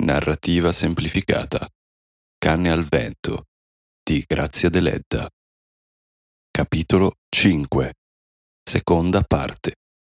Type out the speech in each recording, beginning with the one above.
Narrativa semplificata. Canne al vento di Grazia Deledda. Capitolo 5. Seconda parte.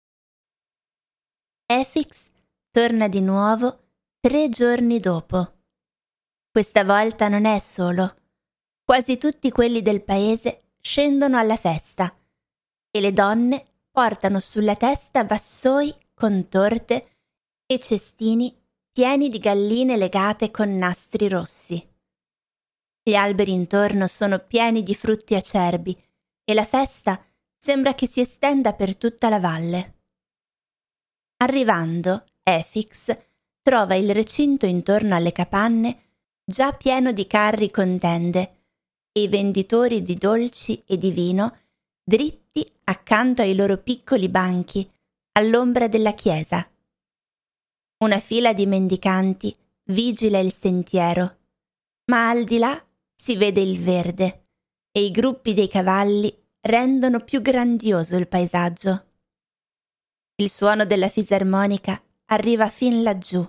Efix torna di nuovo 3 giorni dopo. Questa volta non è solo. Quasi tutti quelli del paese scendono alla festa e le donne portano sulla testa vassoi con torte e cestini pieni di galline legate con nastri rossi. Gli alberi intorno sono pieni di frutti acerbi e la festa sembra che si estenda per tutta la valle. Arrivando, Efix trova il recinto intorno alle capanne già pieno di carri con tende e i venditori di dolci e di vino dritti accanto ai loro piccoli banchi all'ombra della chiesa. Una fila di mendicanti vigila il sentiero, ma al di là si vede il verde e i gruppi dei cavalli rendono più grandioso il paesaggio. Il suono della fisarmonica arriva fin laggiù.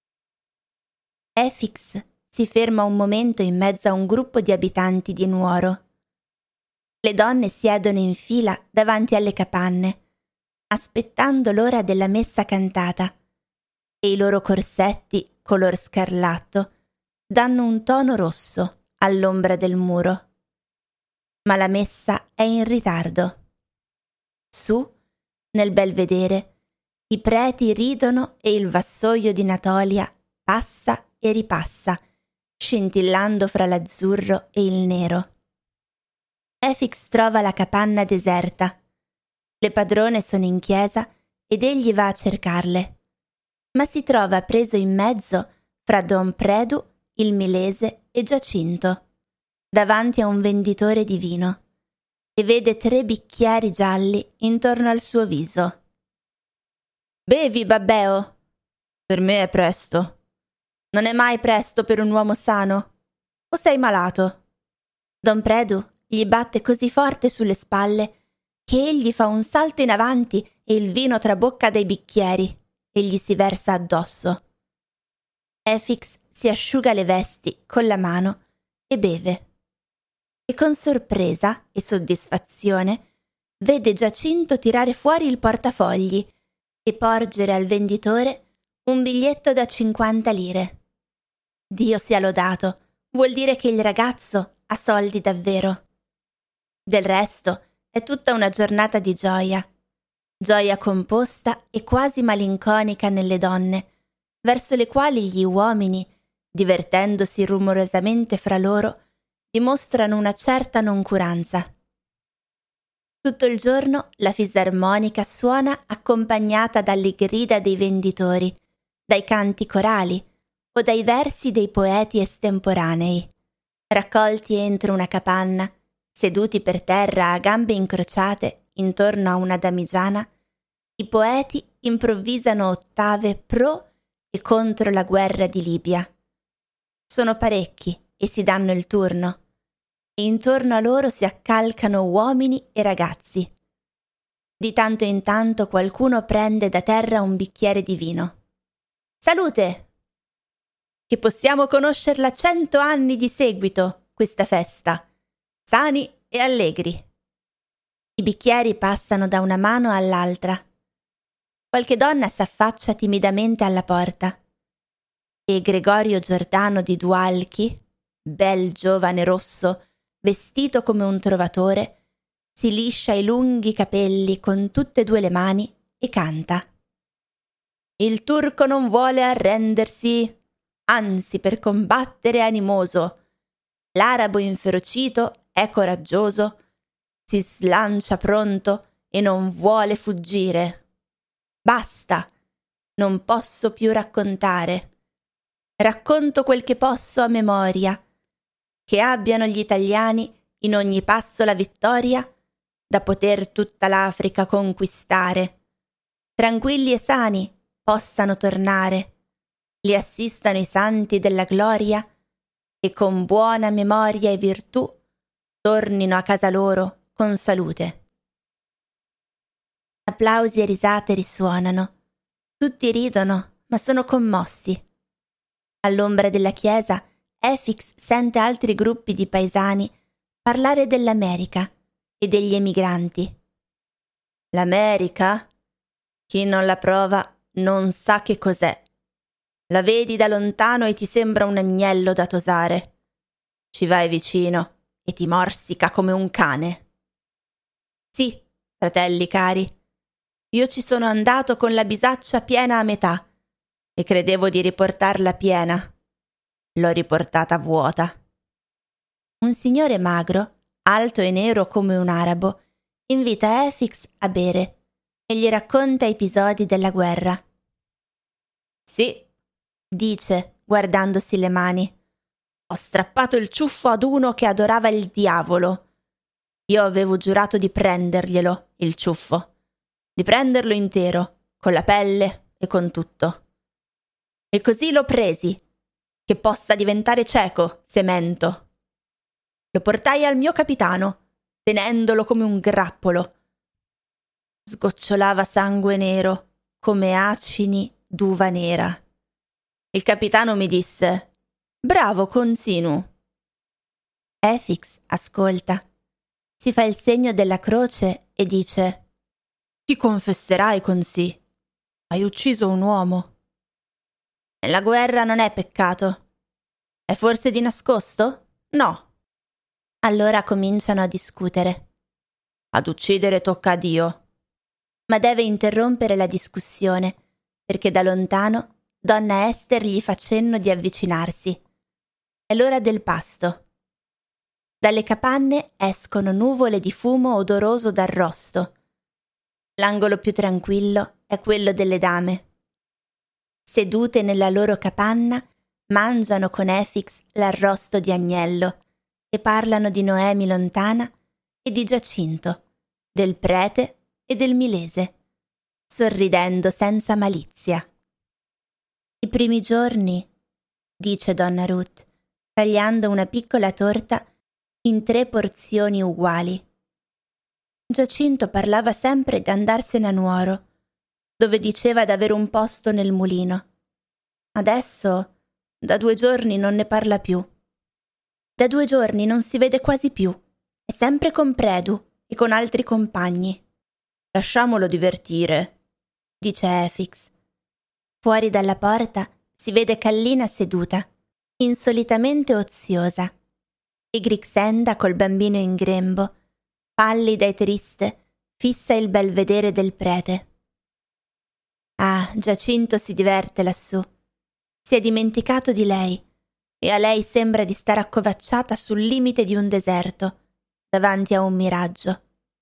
Efix si ferma un momento in mezzo a un gruppo di abitanti di Nuoro. Le donne siedono in fila davanti alle capanne, aspettando l'ora della messa cantata, e i loro corsetti color scarlatto danno un tono rosso all'ombra del muro. Ma la messa è in ritardo. Su, nel belvedere, i preti ridono e il vassoio di Natolia passa e ripassa, scintillando fra l'azzurro e il nero. Efix trova la capanna deserta. Le padrone sono in chiesa ed egli va a cercarle, ma si trova preso in mezzo fra Don Predu, il Milese e Giacinto, davanti a un venditore di vino, e vede 3 bicchieri gialli intorno al suo viso. «Bevi, babbeo!» «Per me è presto». «Non è mai presto per un uomo sano? O sei malato?» Don Predu gli batte così forte sulle spalle che egli fa un salto in avanti e il vino trabocca dai bicchieri e gli si versa addosso. Efix si asciuga le vesti con la mano e beve. E con sorpresa e soddisfazione vede Giacinto tirare fuori il portafogli e porgere al venditore un biglietto da 50 lire. Dio sia lodato, vuol dire che il ragazzo ha soldi davvero. Del resto è tutta una giornata di gioia composta e quasi malinconica nelle donne, verso le quali gli uomini, divertendosi rumorosamente fra loro, dimostrano una certa noncuranza. Tutto il giorno la fisarmonica suona accompagnata dalle grida dei venditori, dai canti corali o dai versi dei poeti estemporanei. Raccolti entro una capanna, seduti per terra a gambe incrociate intorno a una damigiana, i poeti improvvisano ottave pro e contro la guerra di Libia. Sono parecchi e si danno il turno, e intorno a loro si accalcano uomini e ragazzi. Di tanto in tanto qualcuno prende da terra un bicchiere di vino. «Salute! Che possiamo conoscerla 100 anni di seguito, questa festa, sani e allegri». I bicchieri passano da una mano all'altra. Qualche donna s'affaccia timidamente alla porta e Gregorio Giordano di Dualchi, bel giovane rosso, vestito come un trovatore, si liscia i lunghi capelli con tutte e 2 le mani e canta. «Il turco non vuole arrendersi, anzi per combattere è animoso. L'arabo inferocito è coraggioso, si slancia pronto e non vuole fuggire. Basta, non posso più raccontare. Racconto quel che posso a memoria, che abbiano gli italiani in ogni passo la vittoria, da poter tutta l'Africa conquistare. Tranquilli e sani possano tornare, li assistano i santi della gloria e con buona memoria e virtù tornino a casa loro con salute». Applausi e risate risuonano. Tutti ridono, ma sono commossi. All'ombra della chiesa, Efix sente altri gruppi di paesani parlare dell'America e degli emigranti. L'America? Chi non la prova non sa che cos'è. La vedi da lontano e ti sembra un agnello da tosare. Ci vai vicino e ti morsica come un cane. Sì, fratelli cari, io ci sono andato con la bisaccia piena a metà e credevo di riportarla piena. L'ho riportata vuota. Un signore magro, alto e nero come un arabo, invita Efix a bere e gli racconta episodi della guerra. Sì, dice, guardandosi le mani, ho strappato il ciuffo ad uno che adorava il diavolo. Io avevo giurato di prenderglielo, il ciuffo, di prenderlo intero, con la pelle e con tutto. E così l'ho presi, che possa diventare cieco, se mento. Lo portai al mio capitano, tenendolo come un grappolo. Sgocciolava sangue nero, come acini d'uva nera. Il capitano mi disse: «Bravo, Consinu». Efix ascolta, si fa il segno della croce e dice: «Ti confesserai, Consì. Hai ucciso un uomo». «La guerra non è peccato. È forse di nascosto? No». Allora cominciano a discutere. «Ad uccidere tocca a Dio». Ma deve interrompere la discussione, perché da lontano donna Ester gli fa cenno di avvicinarsi. È l'ora del pasto. Dalle capanne escono nuvole di fumo odoroso d'arrosto. L'angolo più tranquillo è quello delle dame. Sedute nella loro capanna, mangiano con Efix l'arrosto di agnello e parlano di Noemi lontana e di Giacinto, del prete e del milese, sorridendo senza malizia. I primi giorni, dice donna Ruth, tagliando una piccola torta in 3 porzioni uguali. Giacinto parlava sempre di andarsene a Nuoro, dove diceva d'avere un posto nel mulino. Adesso, da 2 giorni non ne parla più. Da 2 giorni non si vede quasi più, è sempre con Predu e con altri compagni. «Lasciamolo divertire», dice Efix. Fuori dalla porta si vede Kallina seduta, insolitamente oziosa, e Grixenda col bambino in grembo, pallida e triste, fissa il belvedere del prete. Ah, Giacinto si diverte lassù. Si è dimenticato di lei, e a lei sembra di stare accovacciata sul limite di un deserto, davanti a un miraggio.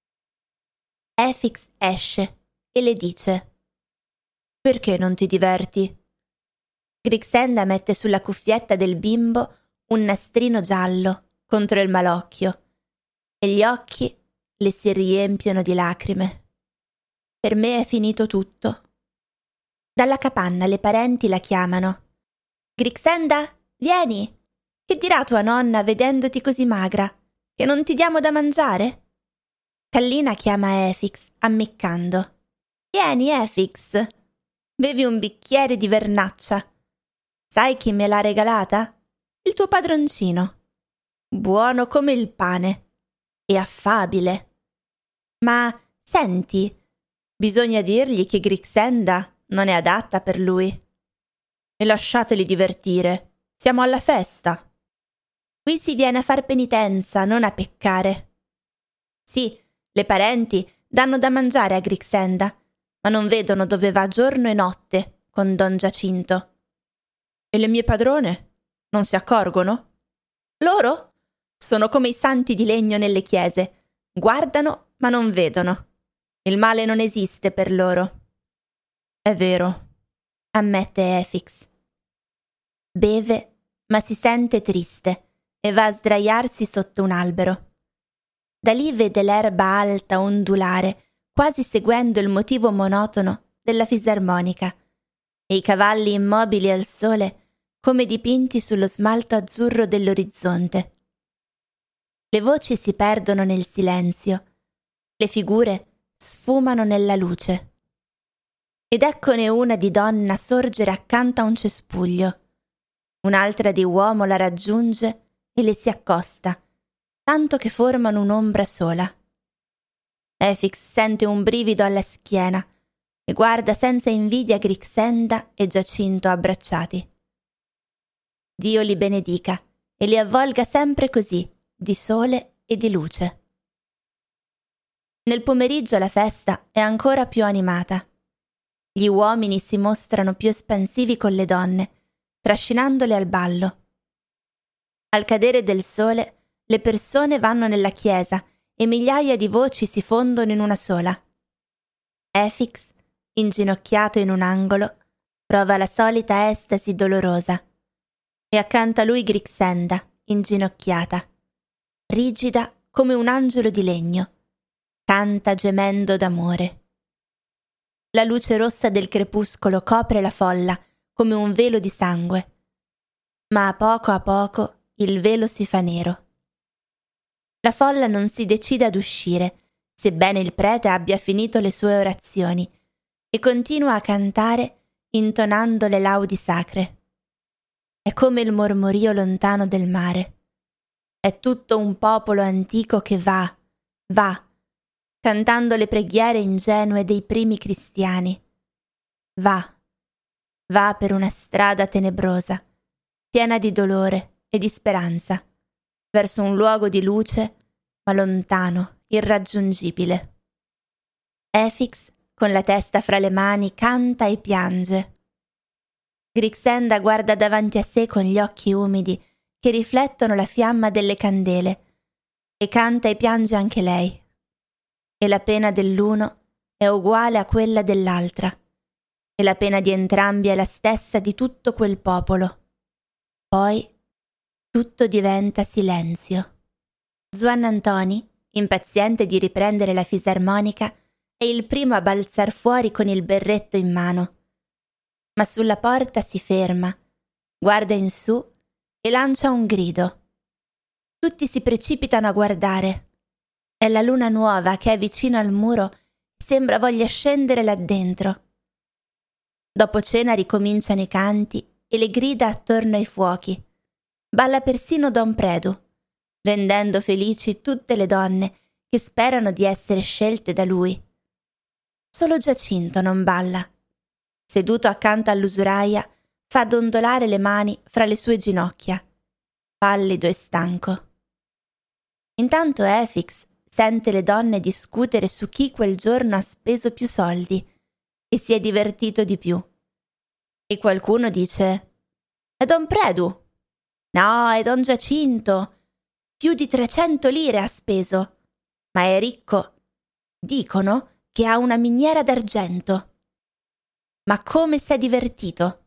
Efix esce e le dice: «Perché non ti diverti?» Grixenda mette sulla cuffietta del bimbo un nastrino giallo contro il malocchio e gli occhi le si riempiono di lacrime. Per me è finito tutto. Dalla capanna le parenti la chiamano. «Grixenda, vieni! Che dirà tua nonna vedendoti così magra? Che non ti diamo da mangiare?» Kallina chiama Efix, ammiccando. «Vieni, Efix, bevi un bicchiere di vernaccia. Sai chi me l'ha regalata? Il tuo padroncino. Buono come il pane e affabile. Ma senti, bisogna dirgli che Grixenda non è adatta per lui. E lasciateli divertire, siamo alla festa. Qui si viene a far penitenza, non a peccare. Sì, le parenti danno da mangiare a Grixenda, ma non vedono dove va giorno e notte con don Giacinto. E le mie padrone non si accorgono? Loro sono come i santi di legno nelle chiese, guardano ma non vedono. Il male non esiste per loro». «È vero», ammette Efix. Beve, ma si sente triste e va a sdraiarsi sotto un albero. Da lì vede l'erba alta ondulare, quasi seguendo il motivo monotono della fisarmonica, e i cavalli immobili al sole come dipinti sullo smalto azzurro dell'orizzonte. Le voci si perdono nel silenzio, le figure sfumano nella luce. Ed eccone una di donna sorgere accanto a un cespuglio. Un'altra di uomo la raggiunge e le si accosta, tanto che formano un'ombra sola. Efix sente un brivido alla schiena e guarda senza invidia Grixenda e Giacinto abbracciati. Dio li benedica e li avvolga sempre così, di sole e di luce. Nel pomeriggio la festa è ancora più animata. Gli uomini si mostrano più espansivi con le donne, trascinandole al ballo. Al cadere del sole, le persone vanno nella chiesa e migliaia di voci si fondono in una sola. Efix, inginocchiato in un angolo, prova la solita estasi dolorosa e accanto a lui Grixenda, inginocchiata, rigida come un angelo di legno, canta gemendo d'amore. La luce rossa del crepuscolo copre la folla come un velo di sangue, ma a poco il velo si fa nero. La folla non si decide ad uscire, sebbene il prete abbia finito le sue orazioni, e continua a cantare intonando le laudi sacre. È come il mormorio lontano del mare. È tutto un popolo antico che va, cantando le preghiere ingenue dei primi cristiani. Va per una strada tenebrosa, piena di dolore e di speranza, verso un luogo di luce, ma lontano, irraggiungibile. Efix, con la testa fra le mani, canta e piange. Grixenda guarda davanti a sé con gli occhi umidi che riflettono la fiamma delle candele e canta e piange anche lei. E la pena dell'uno è uguale a quella dell'altra, e la pena di entrambi è la stessa di tutto quel popolo. Poi tutto diventa silenzio. Zuannantoni, impaziente di riprendere la fisarmonica, è il primo a balzar fuori con il berretto in mano. Ma sulla porta si ferma, guarda in su e lancia un grido. Tutti si precipitano a guardare. È la luna nuova che è vicino al muro e sembra voglia scendere là dentro. Dopo cena ricominciano i canti e le grida attorno ai fuochi. Balla persino Don Predu, rendendo felici tutte le donne che sperano di essere scelte da lui. Solo Giacinto non balla. Seduto accanto all'usuraia, fa dondolare le mani fra le sue ginocchia, pallido e stanco. Intanto Efix sente le donne discutere su chi quel giorno ha speso più soldi e si è divertito di più. E qualcuno dice: «È Don Predu!» «No, è Don Giacinto! Più di 300 lire ha speso! Ma è ricco! Dicono che ha una miniera d'argento!» «Ma come s'è divertito!»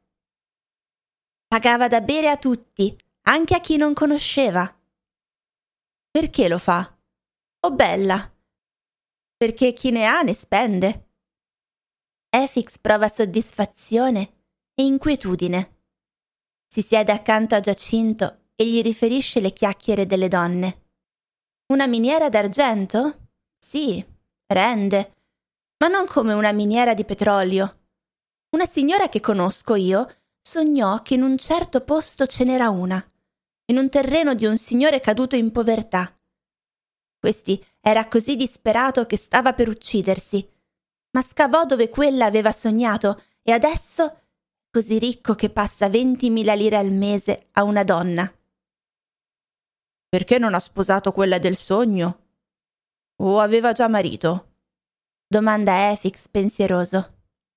«Pagava da bere a tutti, anche a chi non conosceva!» «Perché lo fa?» «Oh bella! Perché chi ne ha ne spende!» Efix prova soddisfazione e inquietudine. Si siede accanto a Giacinto e gli riferisce le chiacchiere delle donne. «Una miniera d'argento? Sì, rende, ma non come una miniera di petrolio. Una signora che conosco io sognò che in un certo posto ce n'era una, in un terreno di un signore caduto in povertà. Questi era così disperato che stava per uccidersi, ma scavò dove quella aveva sognato e adesso è così ricco che passa 20.000 lire al mese a una donna.» «Perché non ha sposato quella del sogno? O aveva già marito?» domanda Efix pensieroso.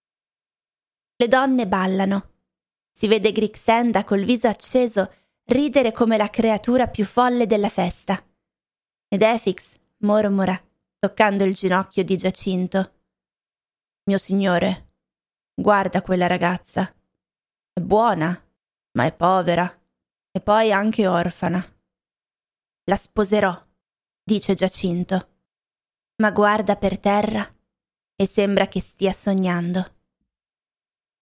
Le donne ballano. Si vede Grixenda col viso acceso ridere come la creatura più folle della festa. Ed Efix mormora, toccando il ginocchio di Giacinto: «Mio signore, guarda quella ragazza. È buona, ma è povera, e poi anche orfana.» «La sposerò», dice Giacinto, ma guarda per terra e sembra che stia sognando.